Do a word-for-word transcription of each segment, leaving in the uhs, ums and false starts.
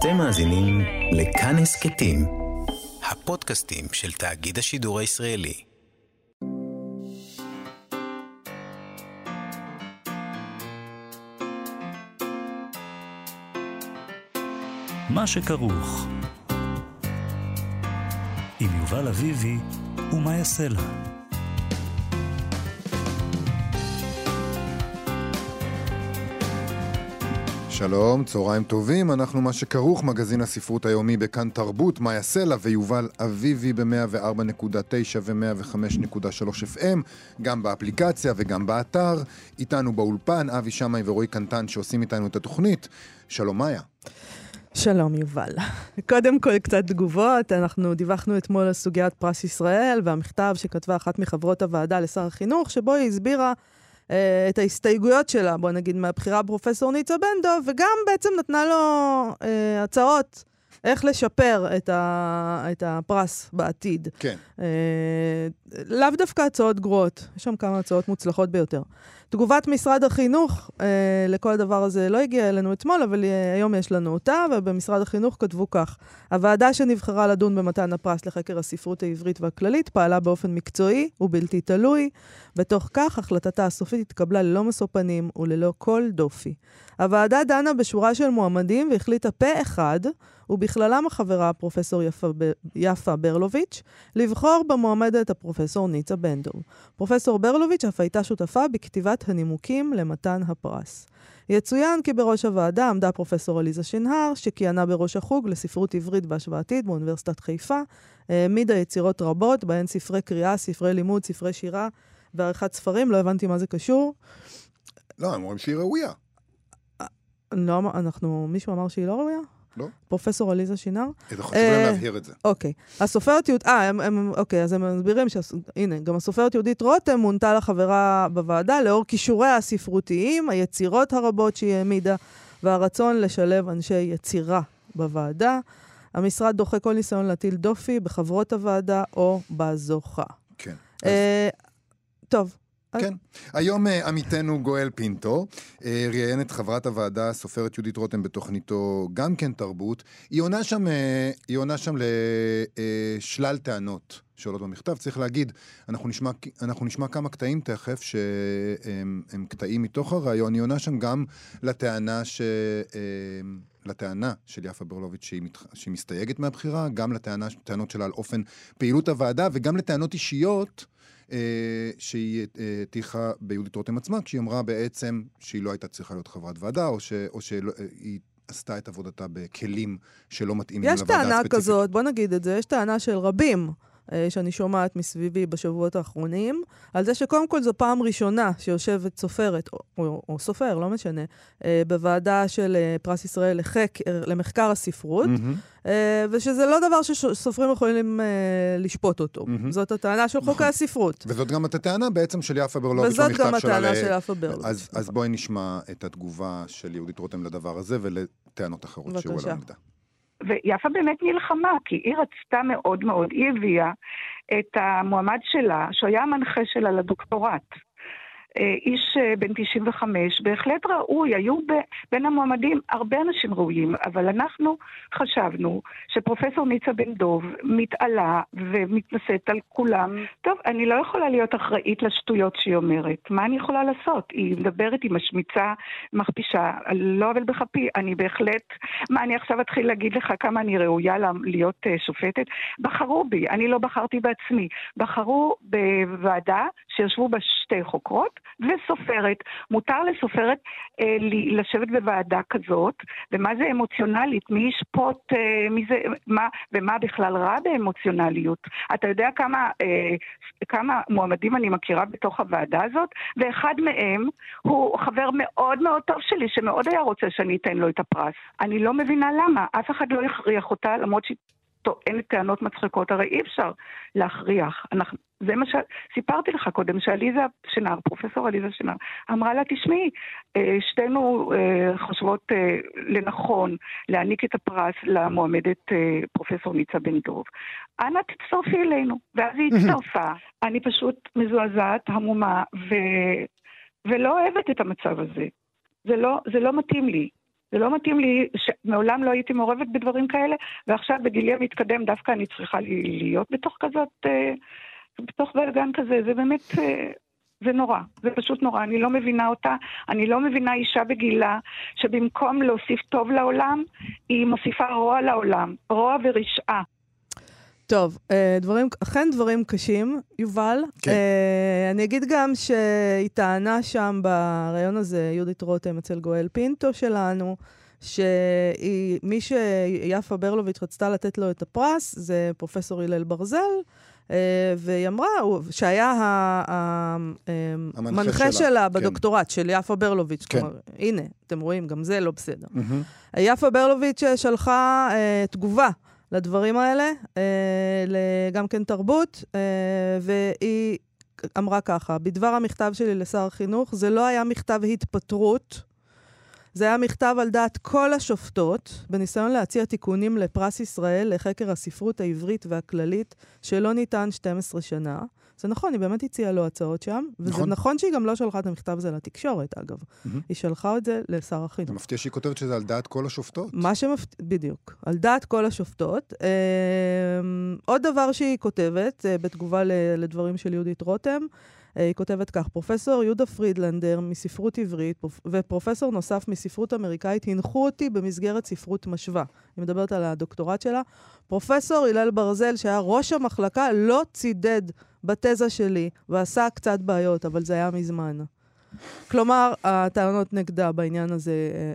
אתם מאזינים לכאן הסכתים, הפודקאסטים של תאגיד השידור הישראלי. מה שכרוך עם יובל אביבי ומה יעשה לה. שלום, צהריים טובים, אנחנו מה שכרוך, מגזין הספרות היומי בכאן תרבות, מאיה סלע ויובל אביבי ב-מאה וארבע נקודה תשע ו-מאה וחמש נקודה שלוש אף אם, גם באפליקציה וגם באתר. איתנו באולפן אבי שמאי ורועי קנטן שעושים איתנו את התוכנית. שלום מאיה. שלום יובל. קודם כל קצת תגובות, אנחנו דיווחנו אתמול על סוגיית פרס ישראל והמכתב שכתבה אחת מחברות הוועדה לשר החינוך, שבו היא הסבירה את ההסתייגויות שלה, בוא נגיד, מהבחירה פרופסור ניצה בן דב, וגם בעצם נתנה לו אה, הצעות איך לשפר את, ה, את הפרס בעתיד. כן. אה, לאו דווקא הצעות גרועות, יש שם כמה הצעות מוצלחות ביותר. תגובת משרד החינוך אה, לכל הדבר הזה לא הגיעה אלינו אתמול, אבל אה, היום יש לנו אותה, ובמשרד החינוך כתבו כך: הוועדה שנבחרה לדון במתן הפרס לחקר הספרות העברית והכללית פעלה באופן מקצועי ובלתי תלוי. בתוך כך, החלטתה הסופית התקבלה ללא משוא פנים וללא כל דופי. הוועדה דנה בשורה של מועמדים והחליטה פה אחד, ובכללם החברה פרופסור יפה, יפה ברלוביץ', לבחור במועמדת הפרופסור ניצה בן דב. פרופסור ברלוביץ' אף הייתה שותפה בכתיבת הנימוקים למתן הפרס. יצוין כי בראש הוועדה עמדה פרופסור אליזה שנהר, שכיהנה בראש החוג לספרות עברית והשוואתית באוניברסיטת חיפה, העמידה יצירות רבות, בהן ספרי קריאה, ספרי לימוד, ספרי שירה ועריכת ספרים. לא הבנתי מה זה קשור. לא, הם אומרים שהיא ראויה. לא, אנחנו, מישהו אמר שהיא לא ראויה? לא. פרופסור אליזה שינר. זה חשוב להם להבהיר את זה. אוקיי. הסופרת יהודית, אה, הם, הם, אוקיי, אז הם מסבירים ש... הנה, גם הסופרת יהודית רותם מונתה לחברה בוועדה, לאור כישוריה הספרותיים, היצירות הרבות שהיא העמידה, והרצון לשלב אנשי יצירה בוועדה. המשרד דוחה כל ניסיון להטיל דופי בחברות הוועדה או בזוכה. כן. אה, טוב. כן. היום עמיתנו גואל פינטו ראיין את חברת הוועדה, סופרת יהודית רותם, בתוכניתו גם כן תרבות. היא עונה שם, היא עונה שם לשלל טענות שעולות במכתב. צריך להגיד, אנחנו נשמע, אנחנו נשמע כמה קטעים תכף שהם הם קטעים מתוך הרעיון. היא עונה שם גם לטענה ש... לטענה של יפה ברלוביץ' שהיא, מת... שהיא מסתייגת מהבחירה, גם לטענה, טענות שלה על אופן פעילות הוועדה, וגם לטענות אישיות שהיא תיכה ביהודית רותם עצמה, כשהיא אמרה בעצם שהיא לא הייתה צריכה להיות חברת ועדה, או, ש, או שהיא עשתה את עבודתה בכלים שלא מתאימים לוועדה הספציפית. יש טענה כזאת, בוא נגיד את זה, יש טענה של רבים, שאני שומעת מסביבי בשבועות האחרונים, על זה שקודם כל זו פעם ראשונה שיושבת סופרת, או, או, או סופר, לא משנה, בוועדה של פרס ישראל לחקר, למחקר הספרות, mm-hmm. ושזה לא דבר שסופרים יכולים לשפוט אותו. Mm-hmm. זאת הטענה של חוקי הספרות. וזאת גם את הטענה בעצם של יפה ברלוביץ' וזאת גם הטענה ל... של יפה ברלוביץ'. אז, אז בואי נשמע את התגובה של יהודית רותם לדבר הזה, ולטענות אחרות שהוא עלה נגדה. ויפה באמת נלחמה, כי היא רצתה מאוד מאוד, היא הביאה את המועמד שלה, שהוא היה המנחה שלה לדוקטורט. איש בן תשעים וחמש, בהחלט ראוי, היו בין המועמדים הרבה אנשים ראויים, אבל אנחנו חשבנו שפרופסור ניצה בן דב מתעלה ומתנשאת על כולם. טוב, אני לא יכולה להיות אחראית לשטויות שהיא אומרת. מה אני יכולה לעשות? היא מדברת, היא משמיצה, מכפישה, לא אבל בכפי, אני בהחלט, מה אני עכשיו אתחיל להגיד לך כמה אני ראויה להיות שופטת? בחרו בי, אני לא בחרתי בעצמי. בחרו בוועדה שישבו בה שתי חוקרות, וסופרת. מותר לסופרת אה, לשבת בוועדה כזאת, ומה זה אמוציונלית? מי ישפוט, אה, מי זה, מה, ומה בכלל רע באמוציונליות? אתה יודע כמה, אה, כמה מועמדים אני מכירה בתוך הוועדה הזאת, ואחד מהם הוא חבר מאוד מאוד טוב שלי, שמאוד היה רוצה שאני אתן לו את הפרס. אני לא מבינה למה. אף אחד לא יכריח אותה, למרות שהיא טוענת טענות מצחיקות, הרי אי אפשר להכריח. אנחנו, זה מה שסיפרתי לך קודם, שאליזה שנר, פרופסור אליזה שנר, אמרה לה, תשמעי, שתינו חושבות לנכון להעניק את הפרס למועמדת פרופסור ניצה בן דב. אנא תצטרפי אלינו. ואז היא הצטרפה. אני פשוט מזועזעת, המומה, ו... ולא אוהבת את המצב הזה. זה לא, זה לא מתאים לי. זה לא מתאים לי, מעולם לא הייתי מעורבת בדברים כאלה, ועכשיו בגילי המתקדם דווקא אני צריכה להיות בתוך כזאת, בתוך בלגן כזה, זה באמת, זה נורא, זה פשוט נורא, אני לא מבינה אותה, אני לא מבינה אישה בגילה, שבמקום להוסיף טוב לעולם, היא מוסיפה רוע לעולם, רוע ורשעה. טוב, דברים, אכן דברים קשים, יובל. כן. אני אגיד גם שהיא טענה שם ברעיון הזה, יהודית רותם אצל גואל פינטו שלנו, שמי שיפה ברלוביץ' רצתה לתת לו את הפרס, זה פרופסור הלל ברזל, והיא אמרה, שהיה המנחה שלה בדוקטורט של יפה ברלוביץ', כלומר, הנה, אתם רואים, גם זה לא בסדר. יפה ברלוביץ' שלחה תגובה, לדברים האלה, גם כן תרבות, והיא אמרה ככה, בדבר המכתב שלי לשר החינוך, זה לא היה מכתב התפטרות, זה היה מכתב על דעת כל השופטות, בניסיון להציע תיקונים לפרס ישראל, לחקר הספרות העברית והכללית, שלא ניתן שתים עשרה שנה. זה נכון, היא באמת הציעה לו הצעות שם, וזה נכון, נכון שהיא גם לא שלחה את המכתב הזה לתקשורת, אגב. Mm-hmm. היא שלחה את זה לשר החינוך. זה מפתיע שהיא כותבת שזה על דעת כל השופטות. מה שמפתיע, בדיוק, על דעת כל השופטות. אה, עוד דבר שהיא כותבת, אה, בתגובה לדברים של יהודית רותם, אה, היא כותבת כך, פרופסור יהודה פרידלנדר מספרות עברית, פרופ... ופרופסור נוסף מספרות אמריקאית, הנחו אותי במסגרת ספרות משווה. היא מדברת על הדוקטורט שלה. פרופסור הלל ברזל, שהיה ראש המחלקה, לא צידד בתזה שלי, ועשה קצת בעיות, אבל זה היה מזמן. כלומר, הטענות נגדה בעניין הזה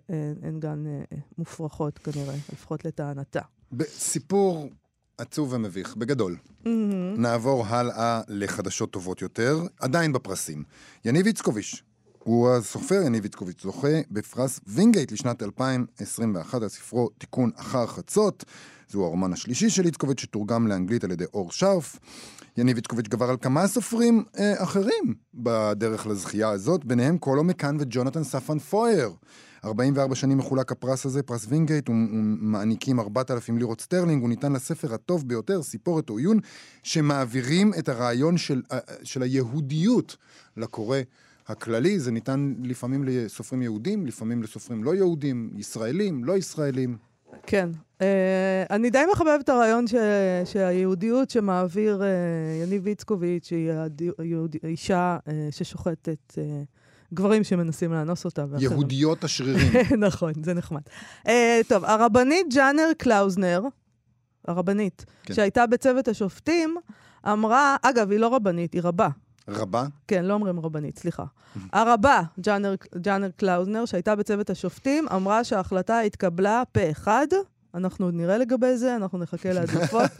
הן גם מופרכות כנראה, לפחות לטענתה. בסיפור עצוב ומביך, בגדול. Mm-hmm. נעבור הלאה לחדשות טובות יותר, עדיין בפרסים. יניב איצקוביץ', הוא הסופר יניב איצקוביץ', זוכה בפרס וינגייט לשנת אלפיים עשרים ואחת, על ספרו תיקון אחר חצות. זהו הרומן השלישי של איצקוביץ' שתורגם לאנגלית על ידי אור שרף. יניב איצקוביץ' גבר על כמה סופרים אה, אחרים בדרך לזכייה הזאת, ביניהם קולו מקאן וג'ונתן ספן פויר. ארבעים וארבע שנים מחולק הפרס הזה, פרס וינגייט, ומעניקים ארבעת אלפים לירות סטרלינג, הוא ניתן לספר הטוב ביותר, סיפורת או עיון, שמעבירים את הרעיון של, של היהודיות לקורא הכללי. זה ניתן לפעמים לסופרים יהודים, לפעמים לסופרים לא יהודים, ישראלים, לא ישראלים. כן. Uh, אני די מחבב את הרעיון ש... שהיהודיות שמעביר uh, יניב איצקוביץ' היא היהוד... אישה uh, ששוחטת uh, גברים שמנסים לאנוס אותה. יהודיות השרירים. נכון, זה נחמד. Uh, טוב, הרבנית ג'אנר קלאוזנר, הרבנית, כן. שהייתה בצוות השופטים, אמרה, אגב, היא לא רבנית, היא רבה. רבה? כן, לא אומרים רבנית, סליחה. הרבה, ג'אנר, ג'אנר קלאוזנר, שהייתה בצוות השופטים, אמרה שההחלטה התקבלה פה אחד, אנחנו עוד נראה לגבי זה, אנחנו נחכה להדלפות.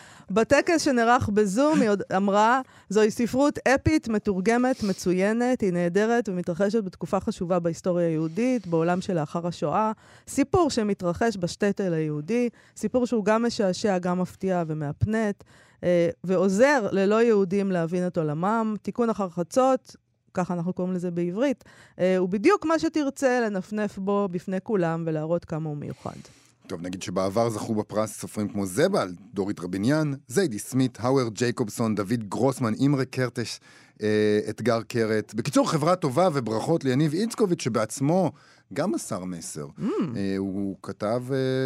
בטקס שנערך בזום, היא עוד אמרה, זוהי ספרות אפית, מתורגמת, מצוינת, היא נהדרת ומתרחשת בתקופה חשובה בהיסטוריה היהודית, בעולם שלאחר השואה, סיפור שמתרחש בשטטל היהודי, סיפור שהוא גם משעשע, גם מפתיע ומאפנט, ועוזר ללא יהודים להבין את עולמם. תיקון אחר חצות, ככה אנחנו קוראים לזה בעברית, הוא בדיוק מה שתרצה לנפנף בו בפני כולם ולהראות כמה הוא מיוחד. טוב, נגיד שבעבר זכו בפרס סופרים כמו זבל, דורית רביניאן, זיידי סמית, האואר ג'ייקובסון, דוד גרוסמן, אימרה קרטש, אתגר קרת. בקיצור, חברה טובה וברכות ליניב איצקוביץ' שבעצמו גם מסר מסר. Mm. הוא כתב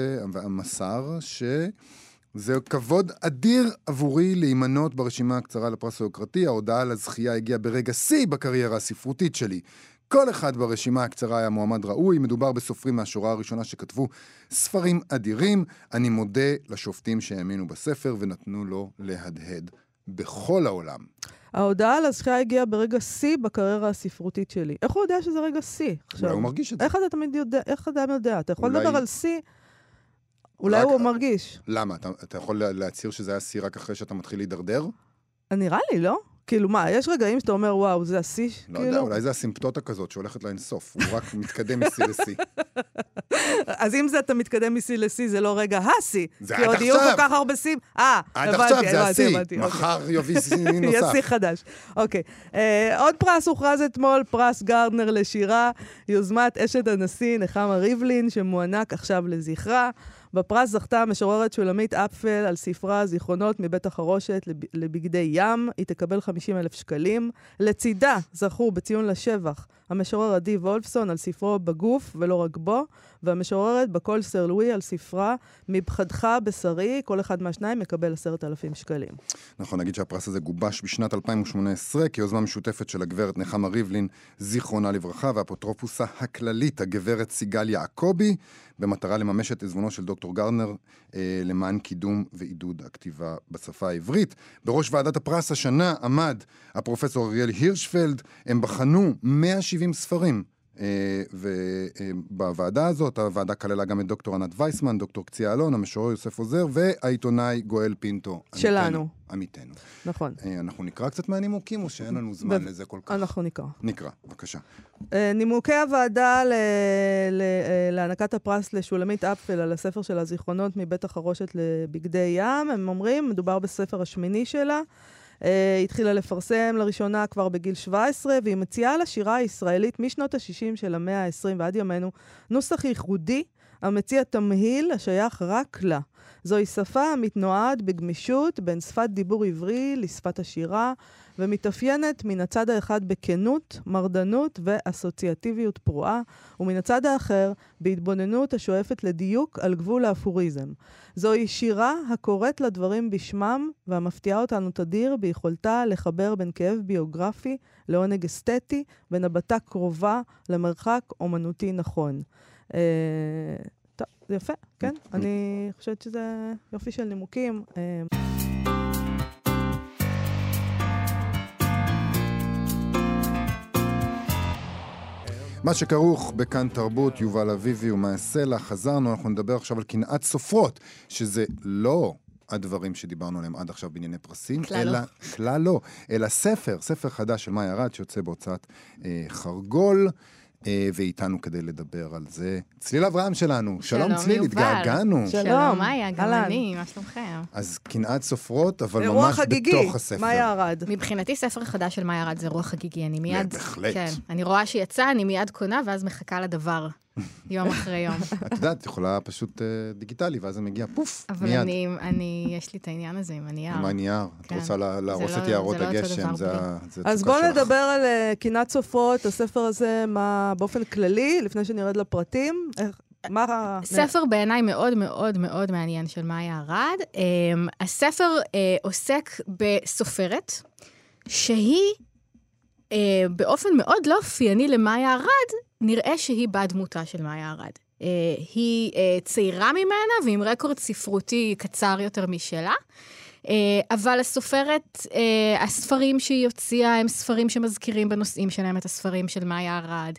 מסר ש... זה כבוד אדיר עבורי להימנות ברשימה הקצרה לפרס היוקרתי. ההודעה על הזכייה הגיעה ברגע שיא בקריירה הספרותית שלי. כל אחד ברשימה הקצרה היה מועמד ראוי. מדובר בסופרים מהשורה הראשונה שכתבו ספרים אדירים. אני מודה לשופטים שהאמינו בספר ונתנו לו להדהד בכל העולם. ההודעה על הזכייה הגיעה ברגע שיא בקריירה הספרותית שלי. איך הוא יודע שזה רגע שיא? אולי הוא מרגיש את זה. איך אתה תמיד יודע? איך אתה יודע? אתה יכול לדבר על שיא? אולי הוא מרגיש. למה? אתה, אתה יכול להצהיר שזה היה שיא רק אחרי שאתה מתחיל להידרדר? נראה לי, לא? כאילו מה, יש רגעים שאתה אומר, וואו, זה השיא? לא כאילו... יודע, אולי זה הסימפטוטה כזאת שהולכת לאינסוף. הוא רק מתקדם משיא לשיא. אז אם זה אתה מתקדם משיא לשיא, זה לא רגע השיא. זה עד עכשיו. כי עוד יהיו כל כך הרבה שיא. אה, עד עכשיו זה השיא. מחר יביא שיא נוסף. יהיה שיא חדש. אוקיי. עוד פרס הוכרז אתמול, פרס גרדנר לשירה, יוזמת אשת הנשיא נחמה ריבלין, שמוענק עכשיו לזכרה. בפרס זכתה המשוררת שולמית אפפל על ספרה זיכרונות מבית החרושת לבגדי ים. היא תקבל חמישים אלף שקלים. לצידה זכו בציון לשבח המשורר עדי וולפסון על ספרו בגוף ולא רק בו, והמשוררת בקול סר לואי על ספרה מבחדך בשרי, כל אחד מהשניים מקבל עשרת אלפים שקלים. נכון, נגיד שהפרס הזה גובש בשנת אלפיים שמונה עשרה, כיוזמה משותפת של הגברת נחמה ריבלין, זיכרונה לברכה, והאפוטרופוסה הכללית, הגברת סיגל יעקובי, במטרה לממש את עזבונו של דוקטור גרנר אה, למען קידום ועידוד הכתיבה בשפה העברית. בראש ועדת הפרס השנה עמד הפרופסור אריאל הירשפלד, הם בחנו מאה ושבעים ספרים, ובוועדה הזאת, הוועדה כללה גם את דוקטור ענת וייסמן, דוקטור קציה אלון, המשורר יוסף עוזר, והעיתונאי גואל פינטו. שלנו. עמיתנו. נכון. אנחנו נקרא קצת מהנימוקים, או שאין לנו זמן לזה כל כך? אנחנו נקרא. נקרא, בבקשה. נימוקי הוועדה להענקת הפרס לשולמית אפל על הספר של הזיכרונות מבית החרושת לבגדי ים, הם אומרים, מדובר בספר השמיני שלה, היא התחילה לפרסם לראשונה כבר בגיל שבע עשרה, והיא מציעה לשירה הישראלית משנות ה-שישים של המאה ה-עשרים ועד ימינו נוסח ייחודי המציע תמהיל השייך רק לה. זוהי שפה המתנועד בגמישות בין שפת דיבור עברי לשפת השירה, ומתאפיינת מן הצד האחד בכנות, מרדנות ואסוציאטיביות פרועה, ומן הצד האחר בהתבוננות השואפת לדיוק על גבול האפוריזם. זוהי שירה הקוראת לדברים בשמם, והמפתיעה אותנו תדיר ביכולתה לחבר בין כאב ביוגרפי לעונג אסתטי, בין הבטה קרובה למרחק אומנותי נכון. אה, טוב, זה יפה, כן? אני חושבת שזה יופי של נימוקים. אה, מה שכרוך בכאן תרבות, יובל אביבי ומה הסלע, חזרנו, אנחנו נדבר עכשיו על קנאת סופרות, שזה לא הדברים שדיברנו עליהם עד עכשיו בענייני פרסים, אלא, כלל לא, אלא ספר, ספר חדש של מאיה ארד, שיוצא בהוצאת אה, חרגול, אה, ואיתנו כדי לדבר על זה. צליל אברהם שלנו, שלום, שלום צליל, התגעגענו. שלום, שלום מאיה, גם אני, מה שלומכם? אז קנאת סופרות, אבל ממש חגיגי, בתוך הספר. מאיה ארד. מבחינתי ספר חדש של מאיה ארד זה רוח חגיגי, אני מיד... בהחלט. כן, אני רואה שיצא, אני מיד קונה, ואז מחכה לדבר. יום אחרי יום. את יודעת, את יכולה פשוט דיגיטלי, ואז זה מגיע פוף, מיד. אבל אני, אני, יש לי את העניין הזה עם הנייר. עם הנייר. את רוצה להרוס את יערות הגשם, זה התשוקה שלך. אז בואו נדבר על קנאת סופרות, הספר הזה, מה באופן כללי, לפני שנרד לפרטים, מה... ספר בעיניי מאוד מאוד מאוד מעניין של מאיה ארד. הספר עוסק בסופרת, שהיא באופן מאוד לא אופייני למאיה ארד, נראה שהיא בת דמותה של מאיה ארד. Uh, היא uh, צעירה ממנה, ועם רקורד ספרותי קצר יותר משלה. Uh, אבל הסופרת, uh, הספרים שהיא הוציאה, הם ספרים שמזכירים בנושאים שלהם את הספרים של מאיה ארד.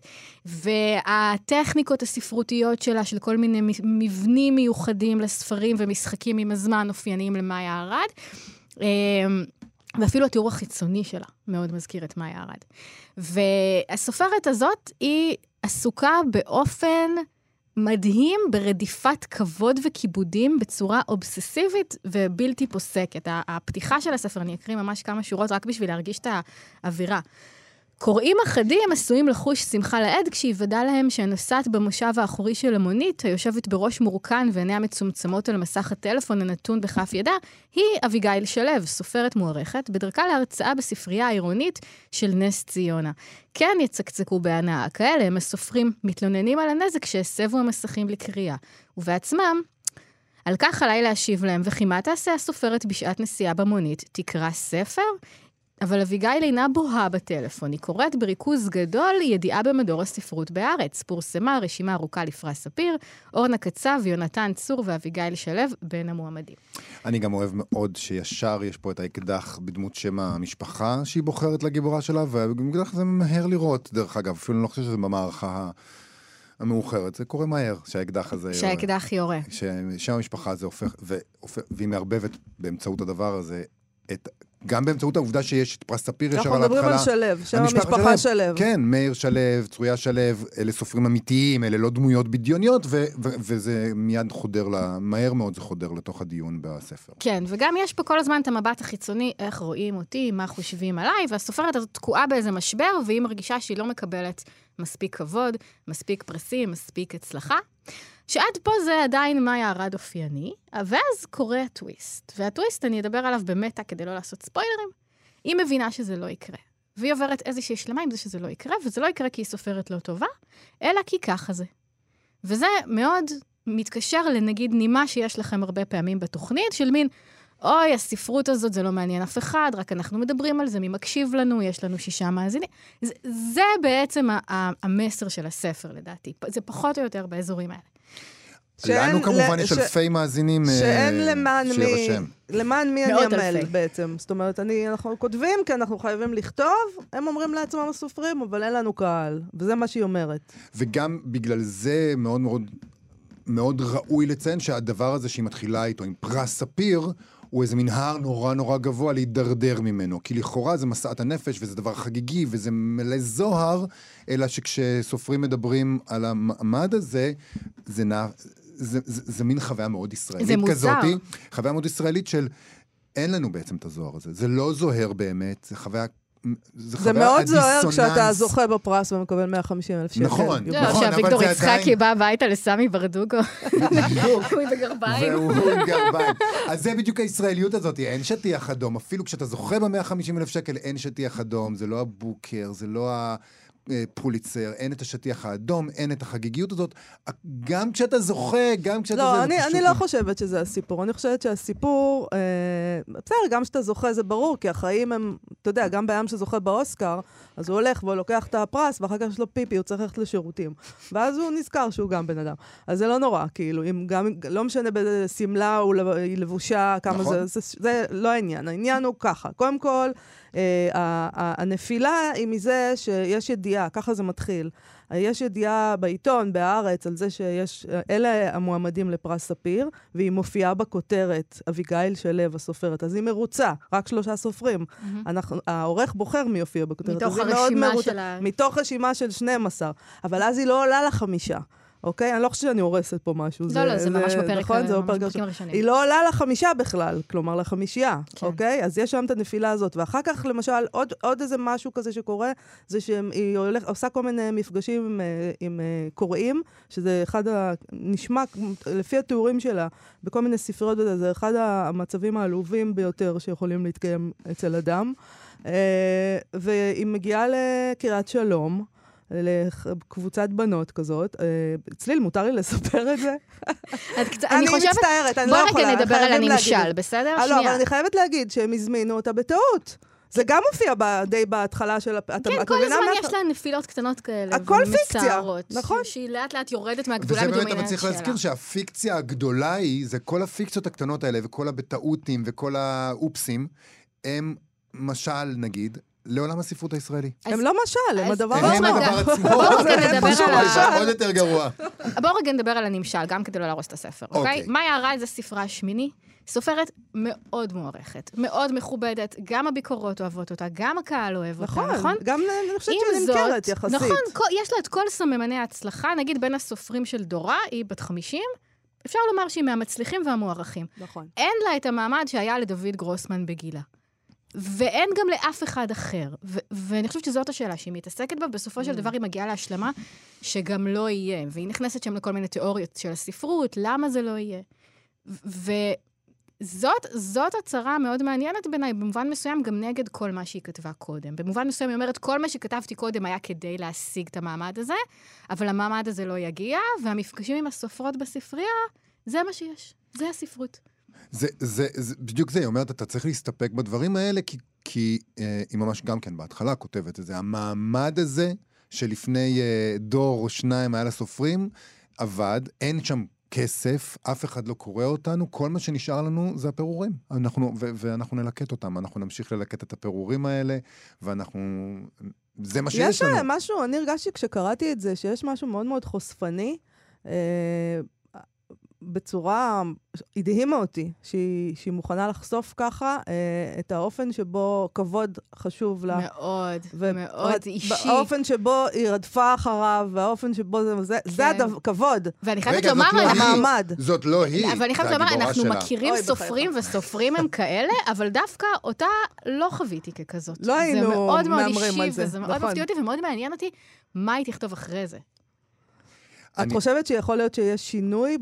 והטכניקות הספרותיות שלה, של כל מיני מבנים מיוחדים לספרים ומשחקים עם הזמן, אופייניים למאיה ארד. Uh, ואפילו התיאור החיצוני שלה מאוד מזכיר את מאיה ארד. והסופרת הזאת היא עסוקה באופן מדהים ברדיפת כבוד וכיבודים בצורה אובססיבית ובלתי פוסקת. הפתיחה של הספר, אני אקריא ממש כמה שורות רק בשביל להרגיש את האווירה. קוראים אחדים עשויים לחוש שמחה לעד כשהיא ודאה להם שהן נוסעת במושב האחורי של המונית, היושבת בראש מורכן ועיניה מצומצמות על מסך הטלפון הנתון בכף ידה, היא אביגיל שלו, סופרת מוערכת, בדרכה להרצאה בספרייה העירונית של נס ציונה. כן יצקצקו בהנאה, כאלה הם הסופרים מתלוננים על הנזק שהסבו המסכים לקריאה, ובעצמם, על כך עליי להשיב להם, וכי מה תעשה הסופרת בשעת נסיעה במונית? תקרא ספר? אבל אביגיל אינה בוהה בטלפון, היא קוראת בריכוז גדול ידיעה במדור הספרות בארץ. פורסמה רשימה ארוכה לפרס ספיר, אורנה קצב, יונתן צור ואביגיל שלו בין המועמדים. אני גם אוהב מאוד שישר יש פה את האקדח בדמות שם המשפחה שהיא בוחרת לגיבורה שלה, ובאקדח זה מהר לראות, דרך אגב, אפילו אני לא חושב שזה במערכה המאוחרת, זה קורה מהר, שהאקדח הזה... שהאקדח יורה. ששם המשפחה הזה הופך, והיא מערבבת באמצעות הדבר הזה את... גם באמצעות העובדה שיש את פרס ספיר ישר על ההתחלה. אנחנו מדברים על שלב, שם המשפחה שלב. כן, מאיר שלב, צרויה שלב, אלה סופרים אמיתיים, אלה לא דמויות בדיוניות, ו- ו- וזה מיד חודר, לה, מהר מאוד זה חודר לתוך הדיון בספר. כן, וגם יש פה כל הזמן את המבט החיצוני, איך רואים אותי, מה חושבים עליי, והסופרת הזאת תקועה באיזה משבר, והיא מרגישה שהיא לא מקבלת מספיק כבוד, מספיק פרסים, מספיק הצלחה. שעד פה זה עדיין מאיה ארד אופייני, ואז קורה הטוויסט. והטוויסט, אני אדבר עליו במטה כדי לא לעשות ספוילרים, היא מבינה שזה לא יקרה. והיא עוברת איזושהי שלמה עם זה שזה לא יקרה, וזה לא יקרה כי היא סופרת לא טובה, אלא כי ככה זה. וזה מאוד מתקשר לנגיד נימה שיש לכם הרבה פעמים בתוכנית, של מין, אוי, הספרות הזאת זה לא מעניין אף אחד, רק אנחנו מדברים על זה, מי מקשיב לנו, יש לנו שישה מאזינים. זה, זה בעצם המסר של הספר, לדעתי. זה פחות או יותר באזורים האלה. לנו כמובן יש אלפי מאזינים שירשם. למען מי אני אמל בעצם. זאת אומרת, אנחנו כותבים כי אנחנו חייבים לכתוב, הם אומרים לעצמם הסופרים, אבל אין לנו קהל. וזה מה שהיא אומרת. וגם בגלל זה מאוד מאוד מאוד ראוי לציין שהדבר הזה שהיא מתחילה איתו עם פרס ספיר, הוא איזה מנהר נורא נורא גבוה להידרדר ממנו. כי לכאורה זה מסעת הנפש, וזה דבר חגיגי, וזה מלא זוהר, אלא שכשסופרים מדברים על המעמד הזה, זה נע... זה, זה, זה מין חוויה מאוד ישראלית זה מוזר. כזאתי. חוויה מאוד ישראלית של, אין לנו בעצם את הזוהר הזה. זה לא זוהר באמת, זה חוויה... זה, זה מאוד זוהר כשאתה זוכה בפרס ומקבל מאה וחמישים אלף שקל. נכון, נכון, אבל שאביגדור יצחקי בא הביתה לסמי ברדוגו. הוא בגרביים. והוא עם גרביים. אז זה בדיוק הישראליות הזאת, אין שטיח אדום. אפילו כשאתה זוכה ב-מאה וחמישים אלף שקל, אין שטיח אדום. זה לא הבוקר, זה לא ה... פוליצר, אין את השטיח האדום, אין את החגיגיות הזאת, גם כשאתה זוכה, גם כשאתה... לא, אני, אני לא חושבת שזה הסיפור, אני חושבת שהסיפור, אה, בסדר, גם כשאתה זוכה זה ברור, כי החיים הם, אתה יודע, גם בים שזוכה באוסקר, אז הוא הולך והוא לוקח את הפרס, ואחר כך יש לו פיפי, הוא צריך ללכת לשירותים, ואז הוא נזכר שהוא גם בן אדם. אז זה לא נורא, כאילו, אם גם, לא משנה באיזה סמלה או לבושה, כמה נכון. זה, זה, זה לא העניין, העניין הוא ככה, קודם כל, Uh, הנפילה היא מזה שיש ידיעה, ככה זה מתחיל. יש ידיעה בעיתון, בהארץ, על זה שיש, אלה המועמדים לפרס ספיר, והיא מופיעה בכותרת, אביגיל שלו, הסופרת. אז היא מרוצה, רק שלושה סופרים. Mm-hmm. אנחנו, העורך בוחר מי יופיע בכותרת. מתוך הרשימה של ה... מתוך רשימה של שנים עשר. אבל אז היא לא עולה לחמישה. אוקיי? אני לא חושבת שאני הורסת פה משהו. לא, לא, זה ממש בפרק הראשונים. היא לא עולה לחמישה בכלל, כלומר לחמישייה, אוקיי? אז יש שם את הנפילה הזאת. ואחר כך, למשל, עוד איזה משהו כזה שקורה, זה שהיא עושה כל מיני מפגשים עם קוראים, שזה אחד, נשמע, לפי התיאורים שלה, בכל מיני ספריות, זה אחד המצבים העלובים ביותר שיכולים להתקיים אצל אדם. והיא מגיעה לקריית שלום, לקבוצת בנות כזאת. צליל, מותר לי לספר את זה? אני מצטערת, אני לא יכולה. בוא רגע נדבר על הנמשל, בסדר? לא, אבל אני חייבת להגיד שהם הזמינו אותה בטעות. זה גם מופיע די בהתחלה של... כן, כל הזמן יש לה נפילות קטנות כאלה. הכל פיקציה, נכון. שהיא לאט לאט יורדת מהגדולה מדומיננט שלה. וזה באמת, אבל צריך להזכיר שהפיקציה הגדולה היא, זה כל הפיקציות הקטנות האלה, וכל הבטעותים וכל האופסים, הם משל, נגיד, לעולם הספרות הישראלי. הם לא משל, הם הדבר עצמו. הם הדבר עצמו. עוד יותר גרוע. בואו רגע נדבר על הנמשל, גם כדי לא להרוס את הספר, אוקיי? מאיה ארד זה ספרה השמיני, סופרת מאוד מוערכת, מאוד מכובדת, גם הביקורות אוהבות אותה, גם הקהל אוהב אותה, נכון? גם אני חושבת שהיא נמכרת יחסית. נכון, יש לה את כל סממני ההצלחה, נגיד בין הסופרים של דורה, היא בת חמישים, אפשר לומר שהיא מהמצליחים והמוערכים. נכון. אין לה את המעמד שהיה לדוד גרוסמן בגילה. ואין גם לאף אחד אחר. ו- ואני חושבת שזאת השאלה שהיא מתעסקת בה, בסופו של דבר היא מגיעה להשלמה שגם לא יהיה. והיא נכנסת שם לכל מיני תיאוריות של הספרות, למה זה לא יהיה. וזאת זאת הצרה מאוד מעניינת בעיניי, במובן מסוים גם נגד כל מה שהיא כתבה קודם. במובן מסוים היא אומרת, כל מה שכתבתי קודם היה כדי להשיג את המעמד הזה, אבל המעמד הזה לא יגיע, והמפגשים עם הסופרות בספרייה, זה מה שיש. זה הספרות. זה, זה, זה, בדיוק זה, היא אומרת, אתה צריך להסתפק בדברים האלה, כי, כי אה, היא ממש גם כן בהתחלה כותבת את זה. המעמד הזה, שלפני אה, דור או שניים היה לסופרים, עבד, אין שם כסף, אף אחד לא קורא אותנו, כל מה שנשאר לנו זה הפירורים. אנחנו, ו- ואנחנו נלקט אותם, אנחנו נמשיך ללקט את הפירורים האלה, ואנחנו... זה מה שיש לנו. יש משהו, אני הרגשתי כשקראתי את זה, שיש משהו מאוד מאוד חושפני, אה, בצורה, הדהימה אותי, שהיא, שהיא מוכנה לחשוף ככה אה, את האופן שבו כבוד חשוב לה. מאוד, ו- מאוד רד, אישי. האופן שבו היא רדפה אחריו, והאופן שבו זה, זה, כן. זה הדו, כבוד. ואני חייבת לומר, אנחנו... המעמד. זאת לא היא, אבל אני חייבת לומר, אנחנו שלה. מכירים סופרים וסופרים הם כאלה, אבל דווקא אותה לא חוויתי ככזאת. לא היינו מאוד מאוד מאמרים אישי, על זה. וזה מאוד נכון. מפתיע אותי, ומאוד מעניין אותי מה היא תכתוב אחרי זה. את חושבת שיכול להיות שיש שינוי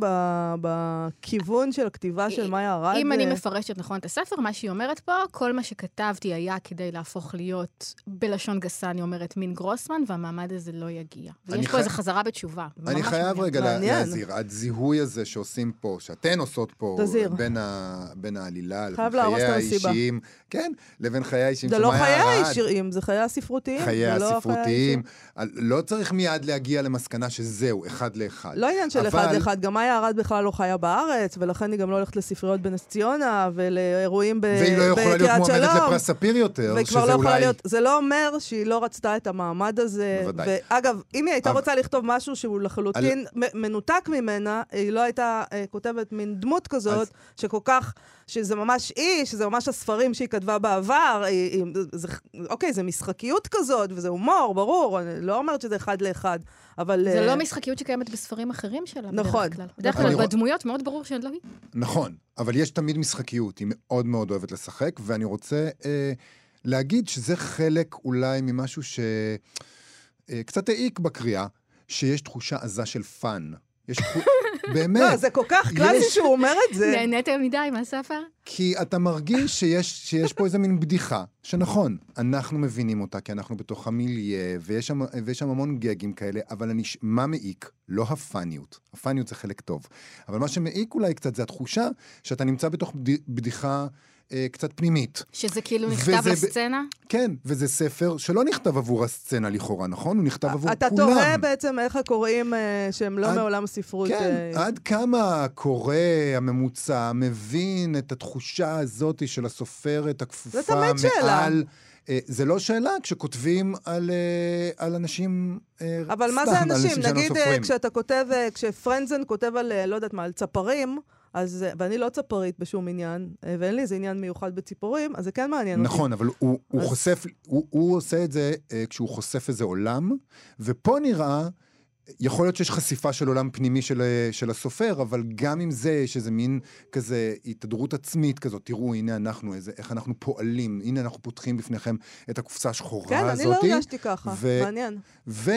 בכיוון של הכתיבה של מאיה ארד? אם אני מפרשת נכון את הספר, מה שהיא אומרת פה, כל מה שכתבתי היה כדי להפוך להיות בלשון גסה, אני אומרת, מין גרוסמן, והמעמד הזה לא יגיע. ויש פה איזו חזרה בתשובה. אני חייב רגע להזהיר, הזיהוי הזה שעושים פה, שאתן עושות פה, בין העלילה, לבין חיי האישיים, כן, לבין חיי האישיים של מאיה ארד. זה לא חיי האישיים, זה חיי הספרותיים. חיי הספרותיים. לא צריך מיד להגיע למסקנה שזהו, אחד לאחד. לא עניין של אחד לאחד, גם מאיה ארד בכלל לא חיה בארץ, ולכן היא גם לא הולכת לספריות בנס ציונה, ולאירועים בקריית שלום. והיא לא יכולה להיות מועמדת לפרס ספיר יותר, שזה לא אולי... להיות, זה לא אומר שהיא לא רצתה את המעמד הזה. בוודאי. ואגב, אם היא הייתה רוצה לכתוב משהו שהוא לחלוטין מנותק ממנה, היא לא הייתה כותבת מין דמות כזאת, שכל כך, שזה ממש היא, שזה ממש הספרים שהיא כתבה בעבר, אוקיי, זה משחקיות כזאת, וזה הומור, ברור, אני לא אומרת שזה אחד לאחד, אבל... זה לא משחקיות שקיימת בספרים אחרים שלה, נכון. בדרך כלל. בדרך כלל, בדמויות מאוד ברור שהן לא היא. נכון, אבל יש תמיד משחקיות, היא מאוד מאוד אוהבת לשחק, ואני רוצה אה, להגיד שזה חלק אולי ממשהו שקצת העיק בקריאה, שיש תחושה עזה של פן. יש תחושה... באמת. לא, זה כל כך קלאסי שהוא אומר את זה. נהניתם מדי מהספר? כי אתה מרגיש שיש, שיש פה איזה מין בדיחה, שנכון, אנחנו מבינים אותה, כי אנחנו בתוך המיליה, ויש שם, ויש שם המון גגים כאלה, אבל אני, מה מעיק? לא הפניות. הפניות זה חלק טוב. אבל מה שמעיק אולי קצת זה התחושה, שאתה נמצא בתוך בדיחה אה, קצת פנימית. שזה כאילו נכתב לסצנה? כן, וזה ספר שלא נכתב עבור הסצנה לכאורה, נכון? הוא נכתב עבור אתה כולם. אתה תוהה בעצם איך הקוראים אה, שהם לא עד, מעולם הספרות. כן, אה... עד כמה הקורא הממוצע מבין את התחושה הזאת של הסופרת הכפופה זה תמיד שאלה. מעל... זה לא שאלה כשכותבים על, על אנשים אבל סתם, מה זה אנשים? אנשים נגיד כשאתה כותב, כשפרנזן כותב על, לא יודעת מה, על צפרים, אז, ואני לא צפרית בשום עניין, ואין לי איזה עניין מיוחד בציפורים, אז זה כן מעניין אותי. נכון, אבל הוא, הוא אז... חושף, הוא, הוא עושה את זה כשהוא חושף איזה עולם, ופה נראה, יכול להיות שיש חשיפה של עולם פנימי של, של הסופר, אבל גם עם זה יש איזה מין כזה התהדרות עצמית כזאת, תראו, הנה אנחנו, איזה, איך אנחנו פועלים, הנה אנחנו פותחים בפניכם את הקופסה השחורה כן, הזאת. כן, אני לא הרגשתי ככה, ו- מעניין. ו...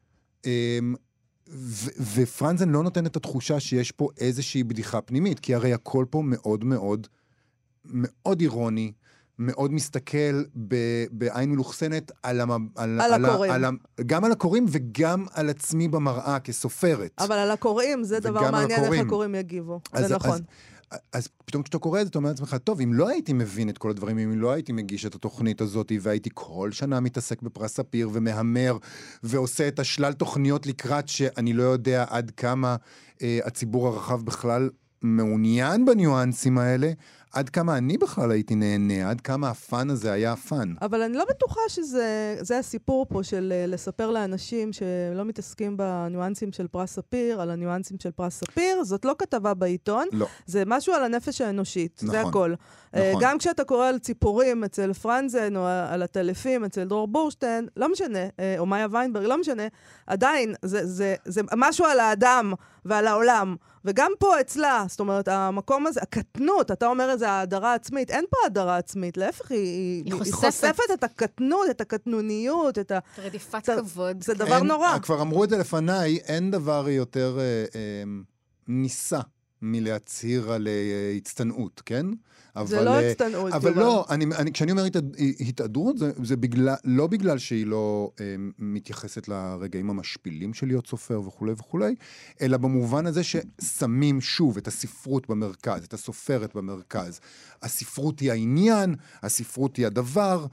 ו- ופרנזן לא נותן את התחושה שיש פה איזושהי בדיחה פנימית, כי הרי הכל פה מאוד מאוד, מאוד אירוני, מאוד מסתכל ב- בעין מלוכסנת על, המ- על, על, על הקוראים. על, גם על הקוראים וגם על עצמי במראה כסופרת. אבל על הקוראים זה דבר מעניין איך הקוראים יגיבו, אז, זה נכון. אז, אז, אז פתאום כשאתה קורא את זה, אתה אומר לעצמך, טוב, אם לא הייתי מבין את כל הדברים, אם לא הייתי מגיש את התוכנית הזאת, והייתי כל שנה מתעסק בפרס ספיר ומהמר, ועושה את השלל תוכניות לקראת שאני לא יודע עד כמה אה, הציבור הרחב בכלל מעוניין בניואנסים האלה, עד כמה אני בכלל הייתי נהנה, עד כמה הפן הזה היה הפן. אבל אני לא בטוחה שזה זה הסיפור פה של לספר לאנשים שלא מתעסקים בניואנסים של פרס ספיר, על הניואנסים של פרס ספיר, זאת לא כתבה בעיתון, לא. זה משהו על הנפש האנושית, נכון, זה הכל. נכון. גם כשאתה קורא על ציפורים אצל פרנזן, או על הטלפים אצל דרור בורשטיין, לא משנה, או מאיה ויינברג, לא משנה, עדיין זה, זה, זה משהו על האדם ועל העולם. וגם פה אצלה, זאת אומרת, המקום הזה, הקטנות, אתה אומר איזה ההדרה עצמית, אין פה הדרה עצמית, להפך, היא, היא, היא חושפת. חושפת את הקטנות, את הקטנוניות, את ה... רדיפת כבוד. זה דבר אין, נורא. כבר אמרו את זה לפניי, אין דבר יותר אה, אה, ניסה מלהצהיר על אה, הצטנעות, כן? זה אבל, לא הצטנעות. אבל לא, אני, אני, כשאני אומר התהדרות, זה, זה בגלל, לא בגלל שהיא לא אה, מתייחסת לרגעים המשפילים של להיות סופר וכו' וכו', אלא במובן הזה ששמים שוב את הספרות במרכז, את הסופרת במרכז. הספרות היא העניין, הספרות היא הדבר.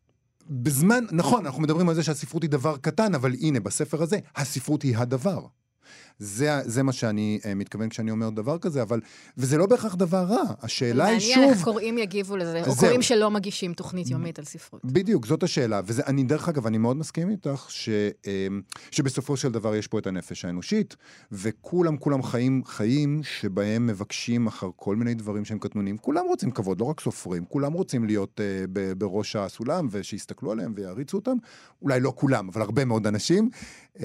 בזמן, נכון, אנחנו מדברים על זה שהספרות היא דבר קטן, אבל הנה, בספר הזה, הספרות היא הדבר. זה, זה מה שאני uh, מתכוון כשאני אומר דבר כזה, אבל, וזה לא בהכרח דבר רע. השאלה היא שוב... מעניין איך קוראים יגיבו לזה, או קוראים שלא מגישים תוכנית יומית על ספרות. בדיוק, זאת השאלה. וזה, אני, דרך אגב, אני מאוד מסכים איתך, ש, um, שבסופו של דבר יש פה את הנפש האנושית, וכולם, כולם חיים, חיים שבהם מבקשים אחר כל מיני דברים שהם קטנונים. כולם רוצים כבוד, לא רק סופרים. כולם רוצים להיות uh, ב, בראש הסולם, ושיסתכלו עליהם ויעריצו אותם. אולי לא כולם, אבל הרבה מאוד אנשים. Uh,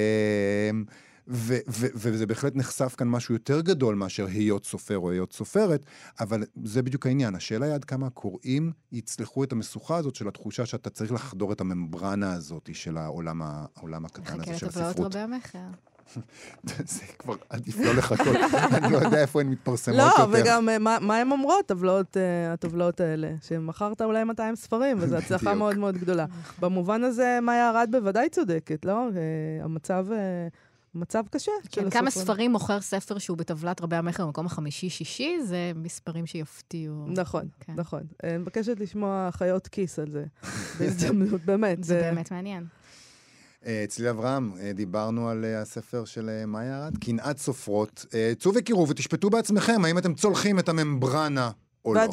ו- ו- וזה בהחלט נחשף כאן משהו יותר גדול מאשר היות סופר או היות סופרת, אבל זה בדיוק העניין. השאלה היא עד כמה הקוראים יצלחו את המשוכה הזאת של התחושה שאתה צריך לחדור את הממברנה הזאת של העולם, העולם הקטן הזה של הספרות. חכה לטבלאות רבי המחר. זה כבר עדיף לא לחכות. אני לא יודע איפה הן מתפרסמות יותר. לא, וגם מה הן אומרות, הטבלאות האלה? שמכרת אולי מאתיים ספרים, וזו הצלחה מאוד מאוד גדולה. במובן הזה, מאיה ארד בוודאי צודקת, לא? המצב... מצב קשה. כן, כמה ספרים מוכר ספר שהוא בטבלת רבי המכר במקום החמישי-שישי, זה מספרים שיפתיעו. נכון, נכון. אני מבקשת לשמוע חיות כיס על זה. בהזדמנות, באמת. זה באמת מעניין. צליל אברהם, דיברנו על הספר של מאיה ארד, קנאת סופרות. צאו וקירו ותשפטו בעצמכם, האם אתם צולחים את הממברנה או לא.